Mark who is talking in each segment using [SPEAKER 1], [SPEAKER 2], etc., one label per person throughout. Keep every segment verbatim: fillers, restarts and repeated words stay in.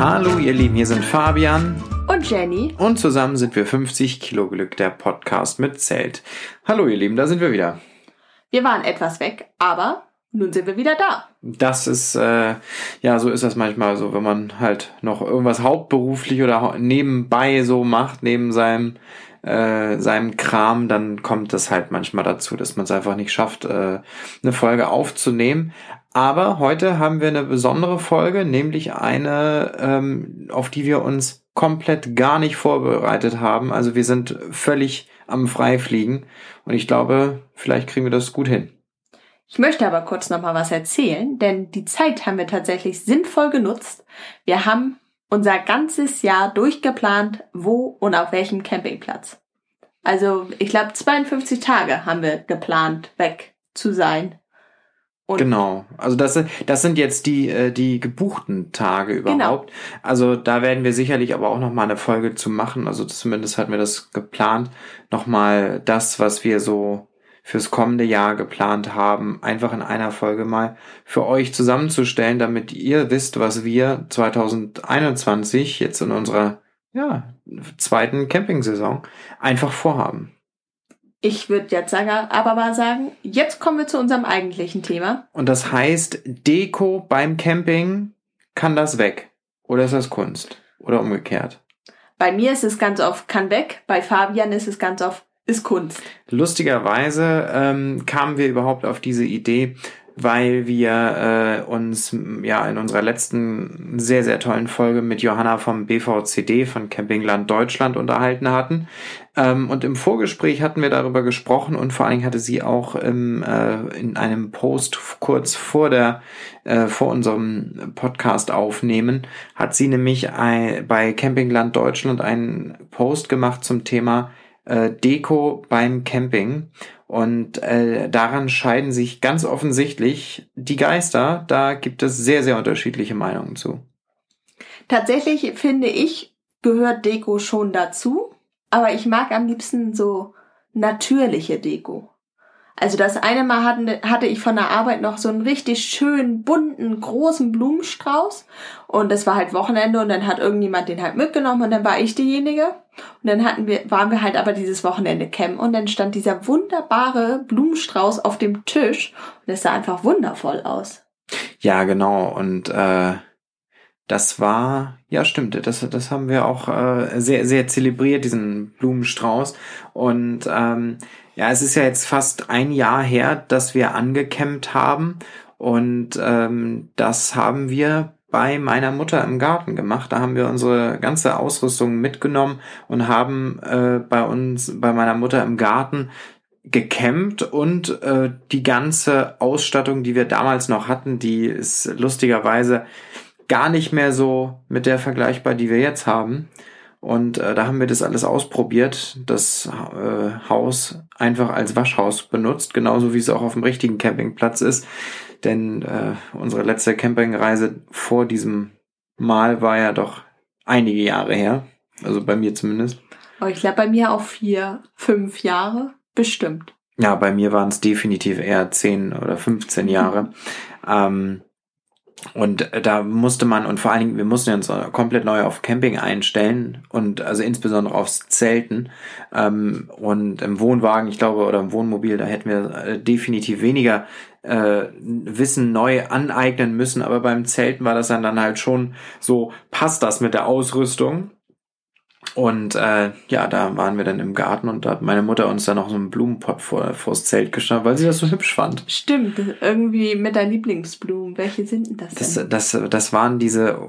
[SPEAKER 1] Hallo ihr Lieben, hier sind Fabian
[SPEAKER 2] und Jenny
[SPEAKER 1] und zusammen sind wir fünfzig Kilo Glück, der Podcast mit Zelt. Hallo ihr Lieben, da sind wir wieder.
[SPEAKER 2] Wir waren etwas weg, aber nun sind wir wieder da.
[SPEAKER 1] Das ist, äh, ja, so ist das manchmal so, wenn man halt noch irgendwas hauptberuflich oder nebenbei so macht, neben seinem äh, seinem Kram, dann kommt es halt manchmal dazu, dass man es einfach nicht schafft, äh, eine Folge aufzunehmen. Aber heute haben wir eine besondere Folge, nämlich eine, ähm, auf die wir uns komplett gar nicht vorbereitet haben. Also wir sind völlig am Freifliegen und ich glaube, vielleicht kriegen wir das gut hin.
[SPEAKER 2] Ich möchte aber kurz noch mal was erzählen, denn die Zeit haben wir tatsächlich sinnvoll genutzt. Wir haben unser ganzes Jahr durchgeplant, wo und auf welchem Campingplatz. Also ich glaube zweiundfünfzig Tage haben wir geplant, weg zu sein.
[SPEAKER 1] Und genau, also das, das sind jetzt die äh, die gebuchten Tage überhaupt. Genau. Also da werden wir sicherlich aber auch nochmal eine Folge zu machen. Also zumindest hatten wir das geplant, nochmal das, was wir so fürs kommende Jahr geplant haben, einfach in einer Folge mal für euch zusammenzustellen, damit ihr wisst, was wir zwanzig einundzwanzig jetzt in unserer ja zweiten Campingsaison einfach vorhaben.
[SPEAKER 2] Ich würde jetzt sagen, aber mal sagen, jetzt kommen wir zu unserem eigentlichen Thema.
[SPEAKER 1] Und das heißt, Deko beim Camping, kann das weg? Oder ist das Kunst? Oder umgekehrt?
[SPEAKER 2] Bei mir ist es ganz oft kann weg, bei Fabian ist es ganz oft ist Kunst.
[SPEAKER 1] Lustigerweise ähm, kamen wir überhaupt auf diese Idee, weil wir äh, uns ja in unserer letzten sehr, sehr tollen Folge mit Johanna vom B V C D von Campingland Deutschland unterhalten hatten. Ähm, und im Vorgespräch hatten wir darüber gesprochen und vor allen Dingen hatte sie auch im, äh, in einem Post kurz vor der äh, vor unserem Podcast aufnehmen, hat sie nämlich ein, bei Campingland Deutschland einen Post gemacht zum Thema äh, Deko beim Camping. Und äh, daran scheiden sich ganz offensichtlich die Geister. Da gibt es sehr, sehr unterschiedliche Meinungen zu. Tatsächlich
[SPEAKER 2] finde ich, gehört Deko schon dazu. Aber ich mag am liebsten so natürliche Deko. Also das eine Mal hatte, hatte ich von der Arbeit noch so einen richtig schönen, bunten, großen Blumenstrauß. Und das war halt Wochenende und dann hat irgendjemand den halt mitgenommen und dann war ich diejenige. Und dann hatten wir, waren wir halt aber dieses Wochenende campen und dann stand dieser wunderbare Blumenstrauß auf dem Tisch und es sah einfach wundervoll aus.
[SPEAKER 1] Ja, genau. Und äh, das war, ja stimmt, das, das haben wir auch äh, sehr, sehr zelebriert, diesen Blumenstrauß. Und ähm, ja, es ist ja jetzt fast ein Jahr her, dass wir angecampt haben und ähm, das haben wir bei meiner Mutter im Garten gemacht. Da haben wir unsere ganze Ausrüstung mitgenommen und haben äh, bei uns, bei meiner Mutter im Garten gecampt und äh, die ganze Ausstattung, die wir damals noch hatten, die ist lustigerweise gar nicht mehr so mit der vergleichbar, die wir jetzt haben. Und äh, da haben wir das alles ausprobiert, das äh, Haus einfach als Waschhaus benutzt, genauso wie es auch auf dem richtigen Campingplatz ist. Denn äh, unsere letzte Campingreise vor diesem Mal war ja doch einige Jahre her, also bei mir zumindest.
[SPEAKER 2] Oh, ich glaube bei mir auch vier, fünf Jahre, bestimmt.
[SPEAKER 1] Ja, bei mir waren es definitiv eher zehn oder fünfzehn Jahre. Mhm. Ähm, Und da musste man, und vor allen Dingen, wir mussten uns komplett neu auf Camping einstellen und also insbesondere aufs Zelten ähm, und im Wohnwagen, ich glaube, oder im Wohnmobil, da hätten wir äh, definitiv weniger äh, Wissen neu aneignen müssen, aber beim Zelten war das dann, dann halt schon so, passt das mit der Ausrüstung? Und äh, ja, da waren wir dann im Garten und da hat meine Mutter uns dann noch so einen Blumenpott vor vors Zelt geschnappt, weil sie das so hübsch fand.
[SPEAKER 2] Stimmt, irgendwie mit deinen Lieblingsblumen. Welche sind denn das denn?
[SPEAKER 1] Das, das, das waren diese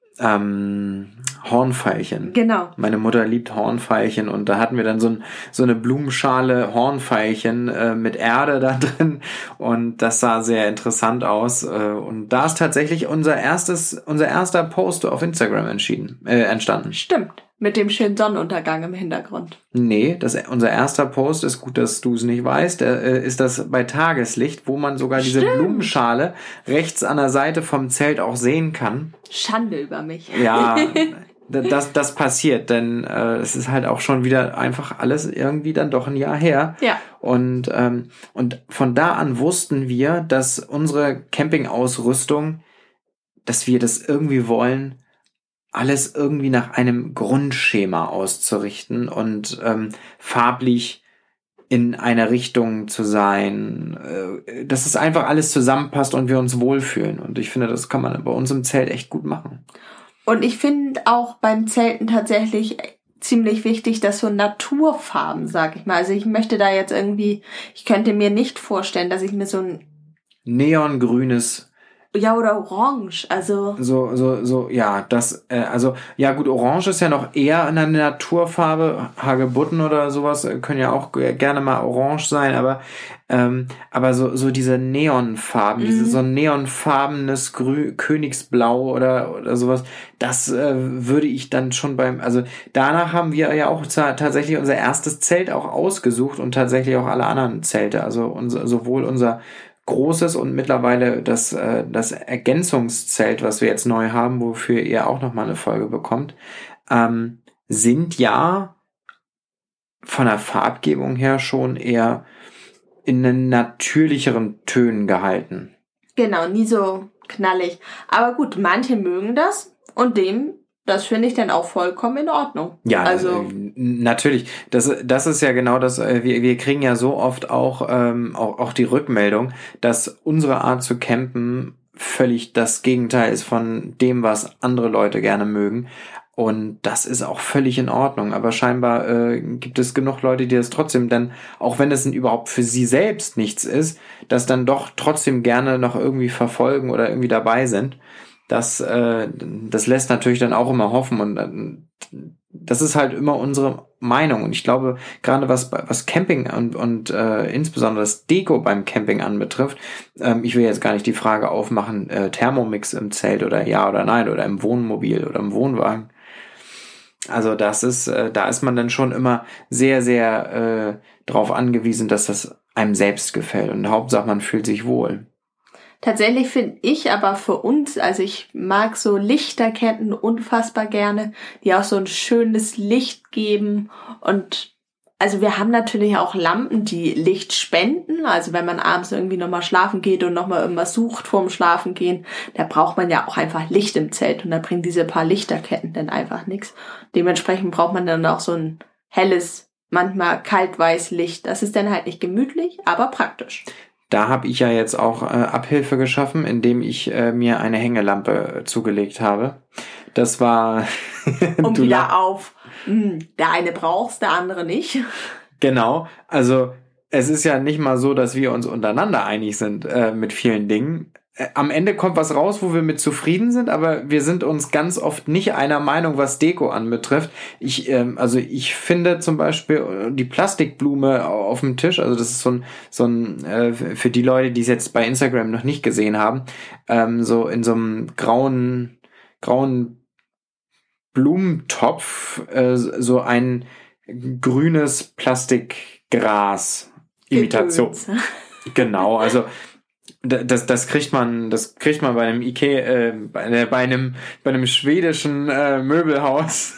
[SPEAKER 1] ähm, Hornveilchen.
[SPEAKER 2] Genau.
[SPEAKER 1] Meine Mutter liebt Hornveilchen und da hatten wir dann so, ein, so eine Blumenschale Hornveilchen äh, mit Erde da drin und das sah sehr interessant aus. Äh, und da ist tatsächlich unser erstes, unser erster Post auf Instagram entschieden, äh, entstanden.
[SPEAKER 2] Stimmt. Mit dem schönen Sonnenuntergang im Hintergrund.
[SPEAKER 1] Nee, das, unser erster Post, ist gut, dass du es nicht weißt, äh, ist das bei Tageslicht, wo man sogar diese
[SPEAKER 2] Stimmt.
[SPEAKER 1] Blumenschale rechts an der Seite vom Zelt auch sehen kann.
[SPEAKER 2] Schande über mich.
[SPEAKER 1] Ja, das, das passiert, denn äh, es ist halt auch schon wieder einfach alles irgendwie dann doch ein Jahr her.
[SPEAKER 2] Ja.
[SPEAKER 1] Und, ähm, und von da an wussten wir, dass unsere Campingausrüstung, dass wir das irgendwie wollen, alles irgendwie nach einem Grundschema auszurichten und ähm, farblich in einer Richtung zu sein, äh, dass es einfach alles zusammenpasst und wir uns wohlfühlen. Und ich finde, das kann man bei uns im Zelt echt gut machen.
[SPEAKER 2] Und ich finde auch beim Zelten tatsächlich ziemlich wichtig, dass so Naturfarben, sag ich mal. Also ich möchte da jetzt irgendwie, ich könnte mir nicht vorstellen, dass ich mir so ein
[SPEAKER 1] neongrünes,
[SPEAKER 2] ja, oder orange, also
[SPEAKER 1] so so so ja, das äh, also ja gut, orange ist ja noch eher eine Naturfarbe, Hagebutten oder sowas äh, können ja auch g- gerne mal orange sein, aber ähm, aber so so diese Neonfarben,
[SPEAKER 2] Mhm.
[SPEAKER 1] diese so ein neonfarbenes Grü Königsblau oder oder sowas, das äh, würde ich dann schon beim, also danach haben wir ja auch ta- tatsächlich unser erstes Zelt auch ausgesucht und tatsächlich auch alle anderen Zelte, also unser, sowohl unser großes und mittlerweile das, äh, das Ergänzungszelt, was wir jetzt neu haben, wofür ihr auch nochmal eine Folge bekommt, ähm, sind ja von der Farbgebung her schon eher in den natürlicheren Tönen gehalten.
[SPEAKER 2] genau, nie so knallig. Aber gut, manche mögen das und dem, das finde ich dann auch vollkommen in Ordnung.
[SPEAKER 1] Ja,
[SPEAKER 2] also
[SPEAKER 1] äh, natürlich. Das, das ist ja genau das, äh, wir, wir kriegen ja so oft auch, ähm, auch, auch die Rückmeldung, dass unsere Art zu campen völlig das Gegenteil ist von dem, was andere Leute gerne mögen. Und das ist auch völlig in Ordnung. Aber scheinbar äh, gibt es genug Leute, die das trotzdem dann, auch wenn es überhaupt für sie selbst nichts ist, das dann doch trotzdem gerne noch irgendwie verfolgen oder irgendwie dabei sind. Das, äh, das lässt natürlich dann auch immer hoffen und äh, das ist halt immer unsere Meinung. Und ich glaube, gerade was was Camping und, und äh, insbesondere das Deko beim Camping anbetrifft, ähm, ich will jetzt gar nicht die Frage aufmachen, äh, Thermomix im Zelt oder ja oder nein oder im Wohnmobil oder im Wohnwagen. Also das ist, äh, da ist man dann schon immer sehr, sehr äh, darauf angewiesen, dass das einem selbst gefällt. Und Hauptsache, man fühlt sich wohl.
[SPEAKER 2] tatsächlich finde ich aber für uns, also ich mag so Lichterketten unfassbar gerne, die auch so ein schönes Licht geben und also wir haben natürlich auch Lampen, die Licht spenden. Also wenn man abends irgendwie nochmal schlafen geht und nochmal irgendwas sucht vorm Schlafen gehen, da braucht man ja auch einfach Licht im Zelt und da bringen diese paar Lichterketten dann einfach nichts. Dementsprechend braucht man dann auch so ein helles, manchmal kalt-weiß Licht. Das ist dann halt nicht gemütlich, aber praktisch.
[SPEAKER 1] Da habe ich ja jetzt auch äh, Abhilfe geschaffen, indem ich äh, mir eine Hängelampe äh, zugelegt habe. Das war
[SPEAKER 2] Um
[SPEAKER 1] du
[SPEAKER 2] wieder
[SPEAKER 1] lach-
[SPEAKER 2] auf, mh, der eine braucht's, der andere nicht.
[SPEAKER 1] Genau, also es ist ja nicht mal so, dass wir uns untereinander einig sind äh, mit vielen Dingen. Äh, am Ende kommt was raus, wo wir mit zufrieden sind, aber wir sind uns ganz oft nicht einer Meinung, was Deko anbetrifft. Ich, ähm, also ich finde zum Beispiel äh, die Plastikblume auf dem Tisch, also das ist so ein, so ein äh, für die Leute, die es jetzt bei Instagram noch nicht gesehen haben, ähm, so in so einem grauen, grauen Blumentopf, äh, so ein grünes Plastikgras. Imitation.
[SPEAKER 2] Gedöns.
[SPEAKER 1] Genau, also d- das, das kriegt man, das kriegt man bei einem Ikea, äh, bei, äh, bei einem, bei einem schwedischen äh, Möbelhaus.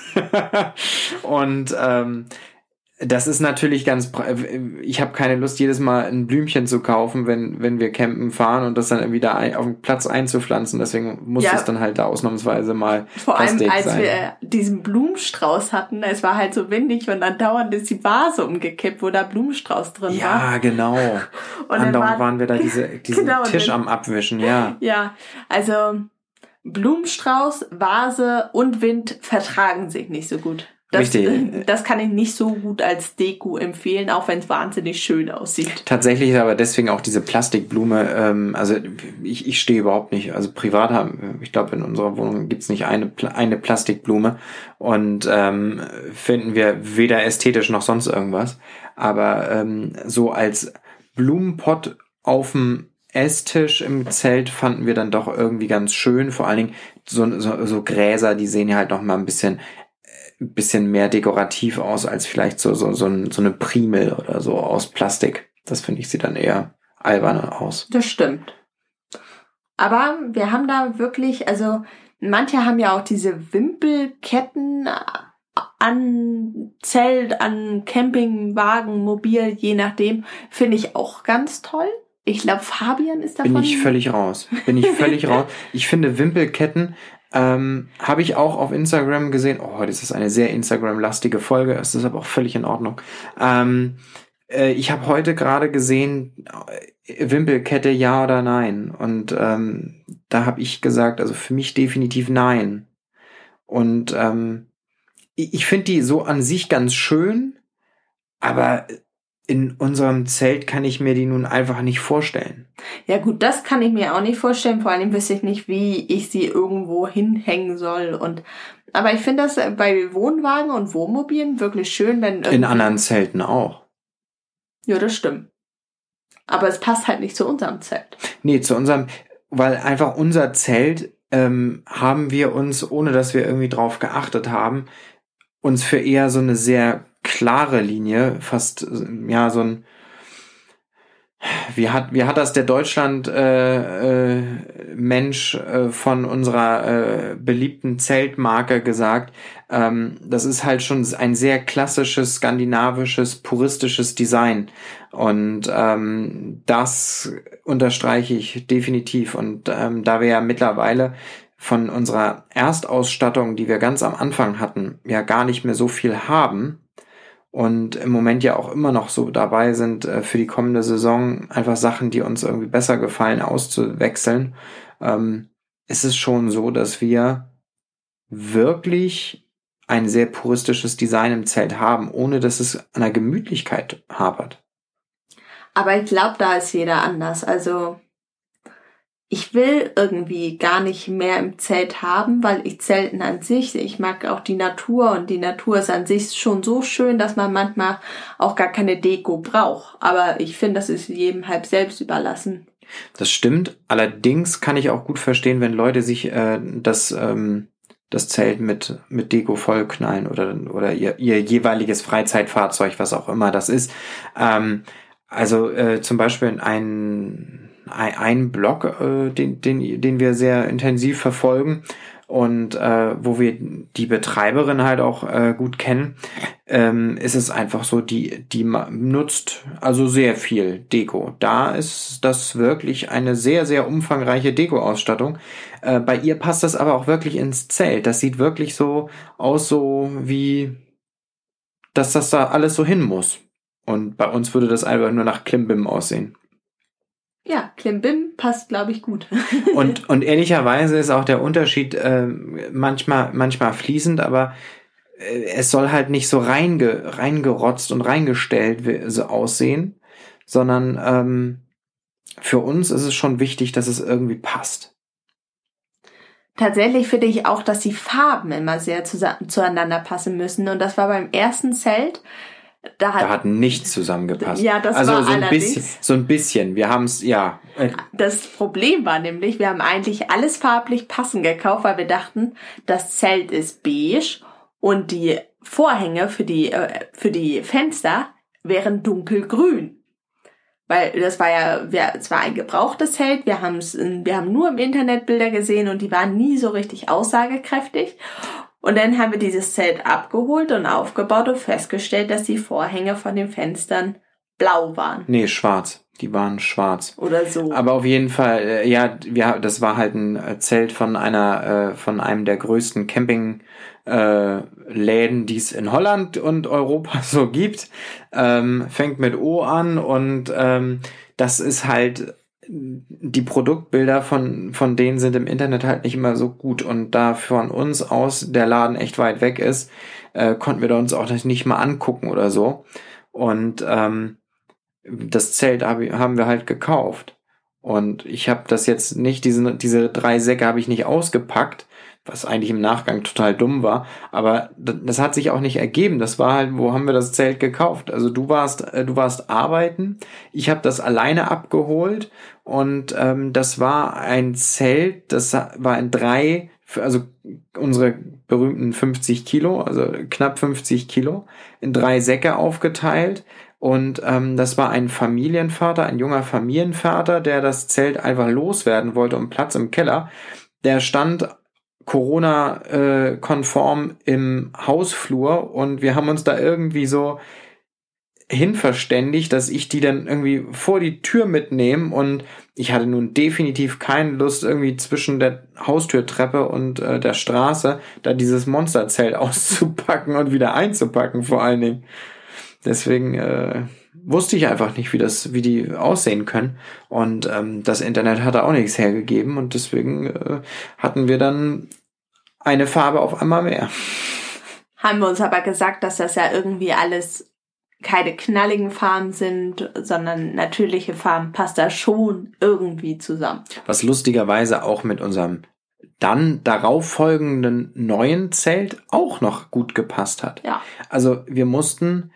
[SPEAKER 1] Und ähm, das ist natürlich ganz, pra- ich habe keine Lust, jedes Mal ein Blümchen zu kaufen, wenn wenn wir campen fahren und das dann irgendwie da ein, auf den Platz einzupflanzen. Deswegen muss
[SPEAKER 2] Ja.
[SPEAKER 1] es dann halt da ausnahmsweise mal
[SPEAKER 2] Vor allem,
[SPEAKER 1] Plastik
[SPEAKER 2] als
[SPEAKER 1] sein.
[SPEAKER 2] wir diesen Blumenstrauß hatten, es war halt so windig und dann dauernd ist die Vase umgekippt, wo da Blumenstrauß drin war.
[SPEAKER 1] Ja, genau.
[SPEAKER 2] Und dann
[SPEAKER 1] Andauernd
[SPEAKER 2] war-
[SPEAKER 1] waren wir da diese, diesen
[SPEAKER 2] Genau, und
[SPEAKER 1] Tisch
[SPEAKER 2] dann-
[SPEAKER 1] am Abwischen, ja.
[SPEAKER 2] Ja, also Blumenstrauß, Vase und Wind vertragen sich nicht so gut. Das,
[SPEAKER 1] Richtig.
[SPEAKER 2] das kann ich nicht so gut als Deko empfehlen, auch wenn es wahnsinnig schön aussieht.
[SPEAKER 1] Tatsächlich ist aber deswegen auch diese Plastikblume, ähm, also ich, ich stehe überhaupt nicht, also privat haben, ich glaube in unserer Wohnung gibt's nicht eine, Pla- eine Plastikblume und ähm, finden wir weder ästhetisch noch sonst irgendwas, aber ähm, so als Blumenpott auf dem Esstisch im Zelt fanden wir dann doch irgendwie ganz schön, vor allen Dingen so, so, so Gräser, die sehen ja halt noch mal ein bisschen ein bisschen mehr dekorativ aus als vielleicht so so so, ein, so eine Primel oder so aus Plastik. Das finde ich sieht dann eher alberner aus.
[SPEAKER 2] Das stimmt. Aber wir haben da wirklich, also manche haben ja auch diese Wimpelketten an Zelt, an Campingwagen, Mobil, je nachdem, finde ich auch ganz toll. Ich glaube, Fabian ist davon.
[SPEAKER 1] Bin ich völlig raus. Bin ich völlig raus. Ich finde Wimpelketten Ähm, habe ich auch auf Instagram gesehen. Oh, heute ist es eine sehr Instagram-lastige Folge. Es ist aber auch völlig in Ordnung. Ähm, äh, ich habe heute gerade gesehen, äh, Wimpelkette ja oder nein. Und ähm, da habe ich gesagt, also für mich definitiv nein. Und ähm, ich, ich finde die so an sich ganz schön, aber in unserem Zelt kann ich mir die nun einfach nicht vorstellen.
[SPEAKER 2] Ja gut, das kann ich mir auch nicht vorstellen. Vor allem wüsste ich nicht, wie ich sie irgendwo hinhängen soll. Und aber ich finde das bei Wohnwagen und Wohnmobilen wirklich schön, wenn irgendwie...
[SPEAKER 1] In anderen Zelten auch.
[SPEAKER 2] Ja, das stimmt. Aber es passt halt nicht zu unserem Zelt.
[SPEAKER 1] Nee, zu unserem, weil einfach unser Zelt ähm, haben wir uns, ohne dass wir irgendwie drauf geachtet haben, uns für eher so eine sehr klare Linie, fast ja so ein, wie hat wie hat das der Deutschland äh, äh, Mensch äh, von unserer äh, beliebten Zeltmarke gesagt? Ähm, das ist halt schon ein sehr klassisches skandinavisches puristisches Design und ähm, das unterstreiche ich definitiv. Und ähm, da wir ja mittlerweile von unserer Erstausstattung, die wir ganz am Anfang hatten, ja gar nicht mehr so viel haben und im Moment ja auch immer noch so dabei sind, äh, für die kommende Saison einfach Sachen, die uns irgendwie besser gefallen, auszuwechseln, ähm, ist es schon so, dass wir wirklich ein sehr puristisches Design im Zelt haben, ohne dass es an der Gemütlichkeit hapert.
[SPEAKER 2] Aber ich glaube, da ist jeder anders. Also ich will irgendwie gar nicht mehr im Zelt haben, weil ich Zelten an sich, ich mag auch die Natur und die Natur ist an sich schon so schön, dass man manchmal auch gar keine Deko braucht. Aber ich finde, das ist jedem halb selbst überlassen.
[SPEAKER 1] Das stimmt. Allerdings kann ich auch gut verstehen, wenn Leute sich äh, das ähm, das Zelt mit mit Deko vollknallen oder oder ihr ihr jeweiliges Freizeitfahrzeug, was auch immer das ist. Ähm, also äh, zum Beispiel ein ein Blog, äh, den, den, den wir sehr intensiv verfolgen und äh, wo wir die Betreiberin halt auch äh, gut kennen, ähm, ist es einfach so, die, die nutzt also sehr viel Deko. Da ist das wirklich eine sehr, sehr umfangreiche Deko-Ausstattung. Äh, bei ihr passt das aber auch wirklich ins Zelt. Das sieht wirklich so aus, so wie, dass das da alles so hin muss. Und bei uns würde das einfach nur nach Klimbim aussehen.
[SPEAKER 2] Ja, Klimbim passt, glaube ich, gut.
[SPEAKER 1] und und ehrlicherweise ist auch der Unterschied äh, manchmal manchmal fließend, aber äh, es soll halt nicht so reinge, reingerotzt und reingestellt so aussehen, sondern ähm, für uns ist es schon wichtig, dass es irgendwie passt.
[SPEAKER 2] Tatsächlich finde ich auch, dass die Farben immer sehr zusammen, zueinander passen müssen. Und das war beim ersten Zelt. Da hat,
[SPEAKER 1] da hat nichts zusammengepasst.
[SPEAKER 2] Ja, das
[SPEAKER 1] also
[SPEAKER 2] war
[SPEAKER 1] so ein
[SPEAKER 2] allerdings,
[SPEAKER 1] bisschen, so ein bisschen. Wir haben es, ja.
[SPEAKER 2] Das Problem war nämlich, wir haben eigentlich alles farblich passend gekauft, weil wir dachten, das Zelt ist beige und die Vorhänge für die äh, für die Fenster wären dunkelgrün. Weil das war ja, wir, es war ein gebrauchtes Zelt, wir haben es, wir haben nur im Internet Bilder gesehen und die waren nie so richtig aussagekräftig. Und dann haben wir dieses Zelt abgeholt und aufgebaut und festgestellt, dass die Vorhänge von den Fenstern blau waren.
[SPEAKER 1] Nee, schwarz. Die waren schwarz.
[SPEAKER 2] Oder so.
[SPEAKER 1] Aber auf jeden Fall, äh, ja, wir, das war halt ein Zelt von einer, äh, von einem der größten Camping äh, Läden, die es in Holland und Europa so gibt. Ähm, fängt mit O an und ähm, das ist halt, die Produktbilder von von denen sind im Internet halt nicht immer so gut und da von uns aus der Laden echt weit weg ist, äh, konnten wir da uns auch nicht mal angucken oder so. Und ähm, das Zelt hab, haben wir halt gekauft. Und ich habe das jetzt nicht, diese, diese drei Säcke habe ich nicht ausgepackt, was eigentlich im Nachgang total dumm war. Aber das hat sich auch nicht ergeben. Das war halt, wo haben wir das Zelt gekauft? Also du warst, du warst arbeiten. Ich habe das alleine abgeholt. Und ähm, das war ein Zelt, das war in drei, also unsere berühmten fünfzig Kilo, also knapp fünfzig Kilo, in drei Säcke aufgeteilt. Und ähm, das war ein Familienvater, ein junger Familienvater, der das Zelt einfach loswerden wollte um Platz im Keller. Der stand Corona-konform im Hausflur und wir haben uns da irgendwie so hin verständigt, dass ich die dann irgendwie vor die Tür mitnehme und ich hatte nun definitiv keine Lust, irgendwie zwischen der Haustürtreppe und äh, der Straße da dieses Monsterzelt auszupacken und wieder einzupacken vor allen Dingen. Deswegen äh, wusste ich einfach nicht, wie das, wie die aussehen können und ähm, das Internet hatte auch nichts hergegeben und deswegen äh, hatten wir dann eine Farbe auf einmal mehr.
[SPEAKER 2] Haben wir uns aber gesagt, dass das ja irgendwie alles keine knalligen Farben sind, sondern natürliche Farben, passt da schon irgendwie zusammen.
[SPEAKER 1] Was lustigerweise auch mit unserem dann darauf folgenden neuen Zelt auch noch gut gepasst hat.
[SPEAKER 2] Ja.
[SPEAKER 1] Also wir mussten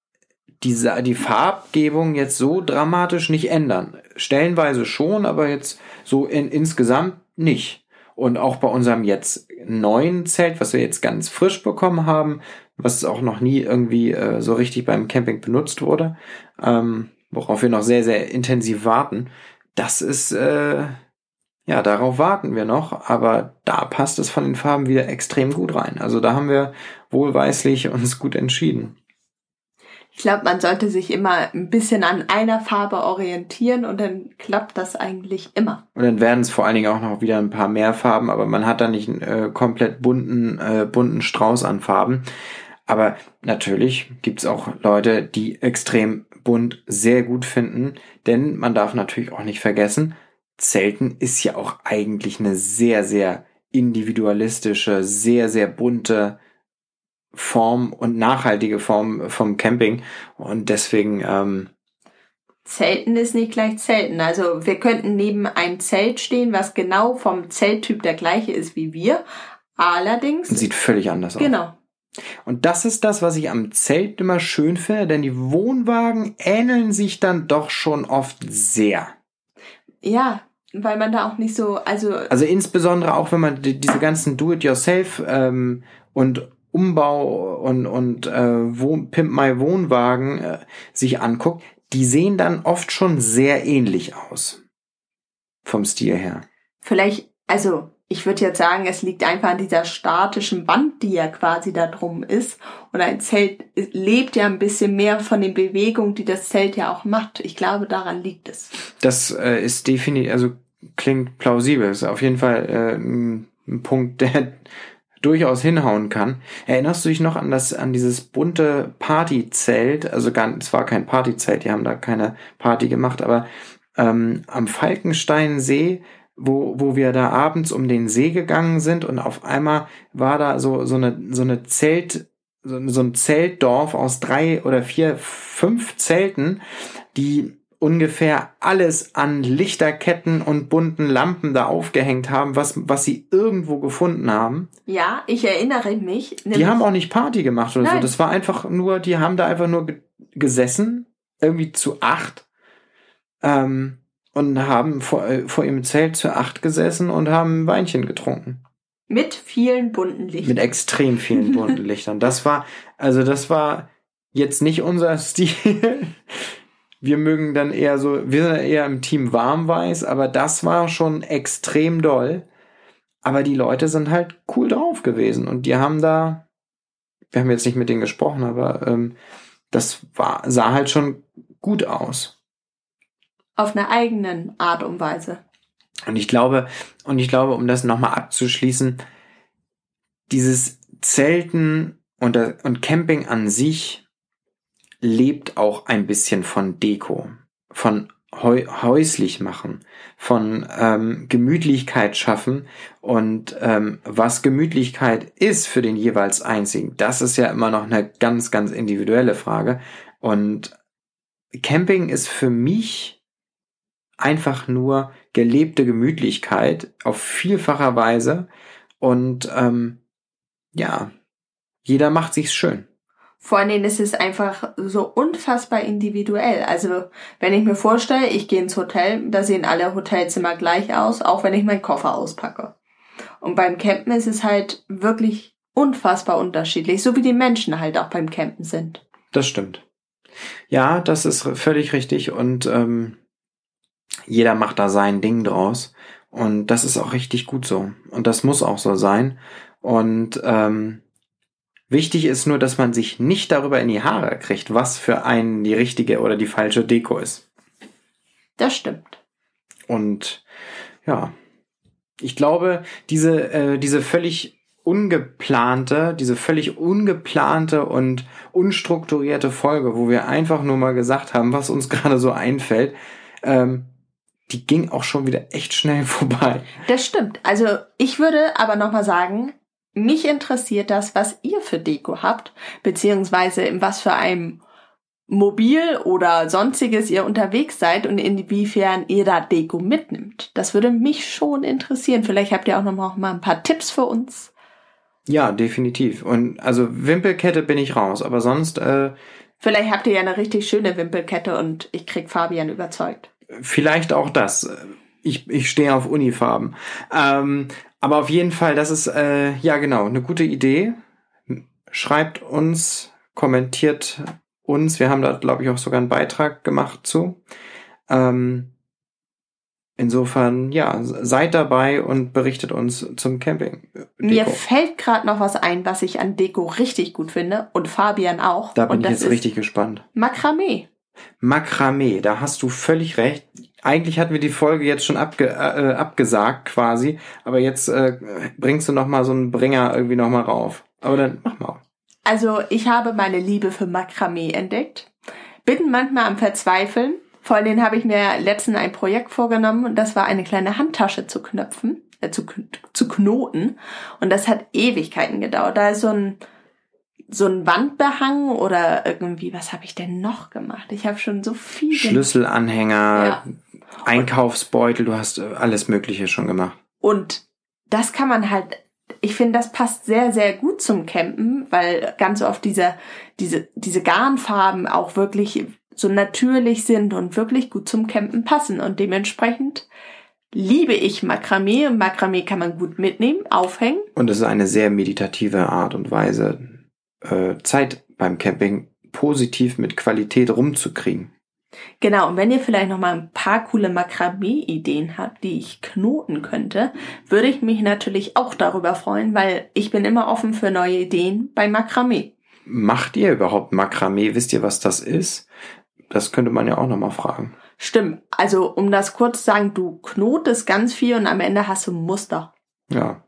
[SPEAKER 1] diese, die Farbgebung jetzt so dramatisch nicht ändern. Stellenweise schon, aber jetzt so in, insgesamt nicht. Und auch bei unserem jetzt neuen Zelt, was wir jetzt ganz frisch bekommen haben, was auch noch nie irgendwie äh, so richtig beim Camping benutzt wurde, ähm, worauf wir noch sehr, sehr intensiv warten, das ist, äh, ja, darauf warten wir noch, aber da passt es von den Farben wieder extrem gut rein. Also da haben wir wohlweislich uns gut entschieden.
[SPEAKER 2] Ich glaube, man sollte sich immer ein bisschen an einer Farbe orientieren und dann klappt das eigentlich immer.
[SPEAKER 1] Und dann werden es vor allen Dingen auch noch wieder ein paar mehr Farben, aber man hat da nicht einen äh, komplett bunten, äh, bunten Strauß an Farben. Aber natürlich gibt's auch Leute, die extrem bunt sehr gut finden, denn man darf natürlich auch nicht vergessen, Zelten ist ja auch eigentlich eine sehr, sehr individualistische, sehr, sehr bunte Form und nachhaltige Form vom Camping und deswegen ähm,
[SPEAKER 2] Zelten ist nicht gleich Zelten. Also wir könnten neben einem Zelt stehen, was genau vom Zelttyp der gleiche ist wie wir, allerdings
[SPEAKER 1] sieht völlig anders aus.
[SPEAKER 2] Genau.
[SPEAKER 1] Und das ist das, was ich am Zelt immer schön finde, denn die Wohnwagen ähneln sich dann doch schon oft sehr.
[SPEAKER 2] Ja, weil man da auch nicht so, also
[SPEAKER 1] also insbesondere auch, wenn man die, diese ganzen Do-it-yourself ähm, und Umbau und und äh, Wohn, Pimp My Wohnwagen äh, sich anguckt, die sehen dann oft schon sehr ähnlich aus vom Stil her.
[SPEAKER 2] Vielleicht, also ich würde jetzt sagen, es liegt einfach an dieser statischen Wand, die ja quasi da drum ist. Und ein Zelt lebt ja ein bisschen mehr von den Bewegungen, die das Zelt ja auch macht. Ich glaube, daran liegt es.
[SPEAKER 1] Das äh, ist definitiv, also klingt plausibel. Ist auf jeden Fall äh, ein, ein Punkt, der durchaus hinhauen kann. Erinnerst du dich noch an das, an dieses bunte Partyzelt? Also gar, es war kein Partyzelt, die haben da keine Party gemacht, aber ähm, am Falkensteinsee, wo, wo wir da abends um den See gegangen sind und auf einmal war da so, so eine, so eine Zelt, so, so ein Zeltdorf aus drei oder vier, fünf Zelten, die ungefähr alles an Lichterketten und bunten Lampen da aufgehängt haben, was, was sie irgendwo gefunden haben.
[SPEAKER 2] Ja, ich erinnere mich.
[SPEAKER 1] Die haben auch nicht Party gemacht oder
[SPEAKER 2] Nein.
[SPEAKER 1] so. Das war einfach nur, die haben da einfach nur ge- gesessen, irgendwie zu acht, ähm, und haben vor, äh, vor ihrem Zelt zu acht gesessen und haben ein Weinchen getrunken.
[SPEAKER 2] Mit vielen bunten Lichtern.
[SPEAKER 1] Mit extrem vielen bunten Lichtern. Das war, also das war jetzt nicht unser Stil. Wir mögen dann eher so, wir sind eher im Team Warmweiß, aber das war schon extrem doll. Aber die Leute sind halt cool drauf gewesen und die haben da, wir haben jetzt nicht mit denen gesprochen, aber ähm, das war, sah halt schon gut aus.
[SPEAKER 2] Auf einer eigenen Art und Weise.
[SPEAKER 1] Und ich glaube, und ich glaube, um das nochmal abzuschließen, dieses Zelten und, und Camping an sich lebt auch ein bisschen von Deko, von heu, häuslich machen, von ähm, Gemütlichkeit schaffen und ähm, was Gemütlichkeit ist für den jeweils Einzigen, das ist ja immer noch eine ganz, ganz individuelle Frage und Camping ist für mich einfach nur gelebte Gemütlichkeit auf vielfacher Weise und ähm, ja, jeder macht sich's schön.
[SPEAKER 2] Vor allen Dingen ist es einfach so unfassbar individuell. Also wenn ich mir vorstelle, ich gehe ins Hotel, da sehen alle Hotelzimmer gleich aus, auch wenn ich meinen Koffer auspacke. Und beim Campen ist es halt wirklich unfassbar unterschiedlich, so wie die Menschen halt auch beim Campen sind.
[SPEAKER 1] Das stimmt. Ja, das ist völlig richtig und ähm, jeder macht da sein Ding draus und das ist auch richtig gut so und das muss auch so sein und ähm, Wichtig ist nur, dass man sich nicht darüber in die Haare kriegt, was für einen die richtige oder die falsche Deko ist.
[SPEAKER 2] Das stimmt.
[SPEAKER 1] Und ja, ich glaube, diese, äh, diese völlig ungeplante, diese völlig ungeplante und unstrukturierte Folge, wo wir einfach nur mal gesagt haben, was uns gerade so einfällt, ähm, die ging auch schon wieder echt schnell vorbei.
[SPEAKER 2] Das stimmt. Also ich würde aber nochmal sagen, mich interessiert das, was ihr für Deko habt, beziehungsweise in was für einem Mobil oder sonstiges ihr unterwegs seid und inwiefern ihr da Deko mitnimmt. Das würde mich schon interessieren. Vielleicht habt ihr auch noch mal ein paar Tipps für uns.
[SPEAKER 1] Ja, definitiv. Und also Wimpelkette bin ich raus, aber sonst... Äh,
[SPEAKER 2] Vielleicht habt ihr ja eine richtig schöne Wimpelkette und ich krieg Fabian überzeugt.
[SPEAKER 1] Vielleicht auch das. Ich, ich stehe auf Unifarben. Ähm, aber auf jeden Fall, das ist, äh, ja genau, eine gute Idee. Schreibt uns, kommentiert uns. Wir haben da, glaube ich, auch sogar einen Beitrag gemacht zu. Ähm, insofern, ja, seid dabei und berichtet uns zum Camping. Deko.
[SPEAKER 2] Mir fällt gerade noch was ein, was ich an Deko richtig gut finde und Fabian auch.
[SPEAKER 1] Da bin
[SPEAKER 2] und
[SPEAKER 1] ich
[SPEAKER 2] das
[SPEAKER 1] jetzt richtig gespannt.
[SPEAKER 2] Makramee.
[SPEAKER 1] Makramee, da hast du völlig recht. Eigentlich hatten wir die Folge jetzt schon abge, äh, abgesagt quasi, aber jetzt äh, bringst du noch mal so einen Bringer irgendwie noch mal rauf. Aber dann mach mal.
[SPEAKER 2] Also ich habe meine Liebe für Makramee entdeckt. Bin manchmal am Verzweifeln. Vor allem habe ich mir letztens ein Projekt vorgenommen und das war eine kleine Handtasche zu knöpfen, äh, zu, zu knoten. Und das hat Ewigkeiten gedauert. Da ist so ein so ein Wandbehang oder irgendwie, was habe ich denn noch gemacht? Ich habe schon so viel
[SPEAKER 1] Schlüsselanhänger,
[SPEAKER 2] ja.
[SPEAKER 1] Einkaufsbeutel, du hast alles Mögliche schon gemacht.
[SPEAKER 2] Und das kann man halt, ich finde, das passt sehr, sehr gut zum Campen, weil ganz oft diese, diese, diese Garnfarben auch wirklich so natürlich sind und wirklich gut zum Campen passen. Und dementsprechend liebe ich Makramee. Und Makramee kann man gut mitnehmen, aufhängen.
[SPEAKER 1] Und es ist eine sehr meditative Art und Weise, äh, Zeit beim Camping positiv mit Qualität rumzukriegen.
[SPEAKER 2] Genau, und wenn ihr vielleicht noch mal ein paar coole Makramee-Ideen habt, die ich knoten könnte, würde ich mich natürlich auch darüber freuen, weil ich bin immer offen für neue Ideen bei Makramee.
[SPEAKER 1] Macht ihr überhaupt Makramee? Wisst ihr, was das ist? Das könnte man ja auch noch mal fragen.
[SPEAKER 2] Stimmt, also um das kurz zu sagen, du knotest ganz viel und am Ende hast du ein Muster.
[SPEAKER 1] Ja.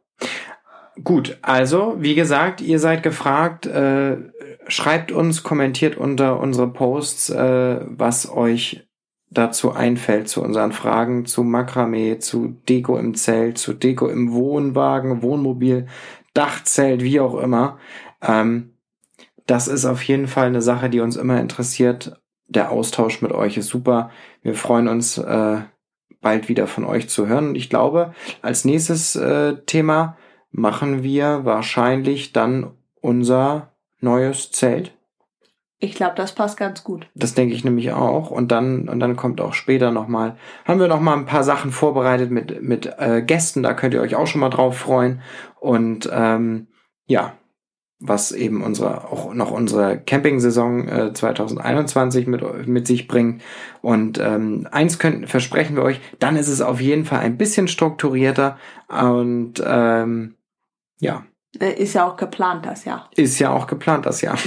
[SPEAKER 1] Gut, also wie gesagt, ihr seid gefragt, äh, schreibt uns, kommentiert unter unsere Posts, äh, was euch dazu einfällt, zu unseren Fragen, zu Makramee, zu Deko im Zelt, zu Deko im Wohnwagen, Wohnmobil, Dachzelt, wie auch immer. Ähm, das ist auf jeden Fall eine Sache, die uns immer interessiert. Der Austausch mit euch ist super. Wir freuen uns, äh, bald wieder von euch zu hören. Und ich glaube, als nächstes äh, Thema machen wir wahrscheinlich dann unser neues Zelt.
[SPEAKER 2] Ich glaube, das passt ganz gut.
[SPEAKER 1] Das denke ich nämlich auch. Und dann und dann kommt auch später nochmal, haben wir nochmal ein paar Sachen vorbereitet mit mit äh, Gästen. Da könnt ihr euch auch schon mal drauf freuen. Und ähm, ja, was eben unsere auch noch unsere Camping-Saison äh, zwanzig einundzwanzig mit mit sich bringt. Und ähm, eins können versprechen wir euch, dann ist es auf jeden Fall ein bisschen strukturierter und ähm, ja.
[SPEAKER 2] Ist ja auch geplant, das Jahr.
[SPEAKER 1] Ist ja auch geplant, das Jahr.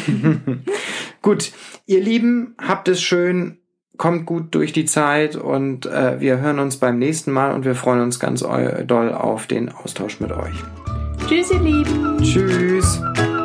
[SPEAKER 1] Gut, ihr Lieben, habt es schön, kommt gut durch die Zeit und äh, wir hören uns beim nächsten Mal und wir freuen uns ganz doll auf den Austausch mit euch.
[SPEAKER 2] Tschüss, ihr Lieben.
[SPEAKER 1] Tschüss.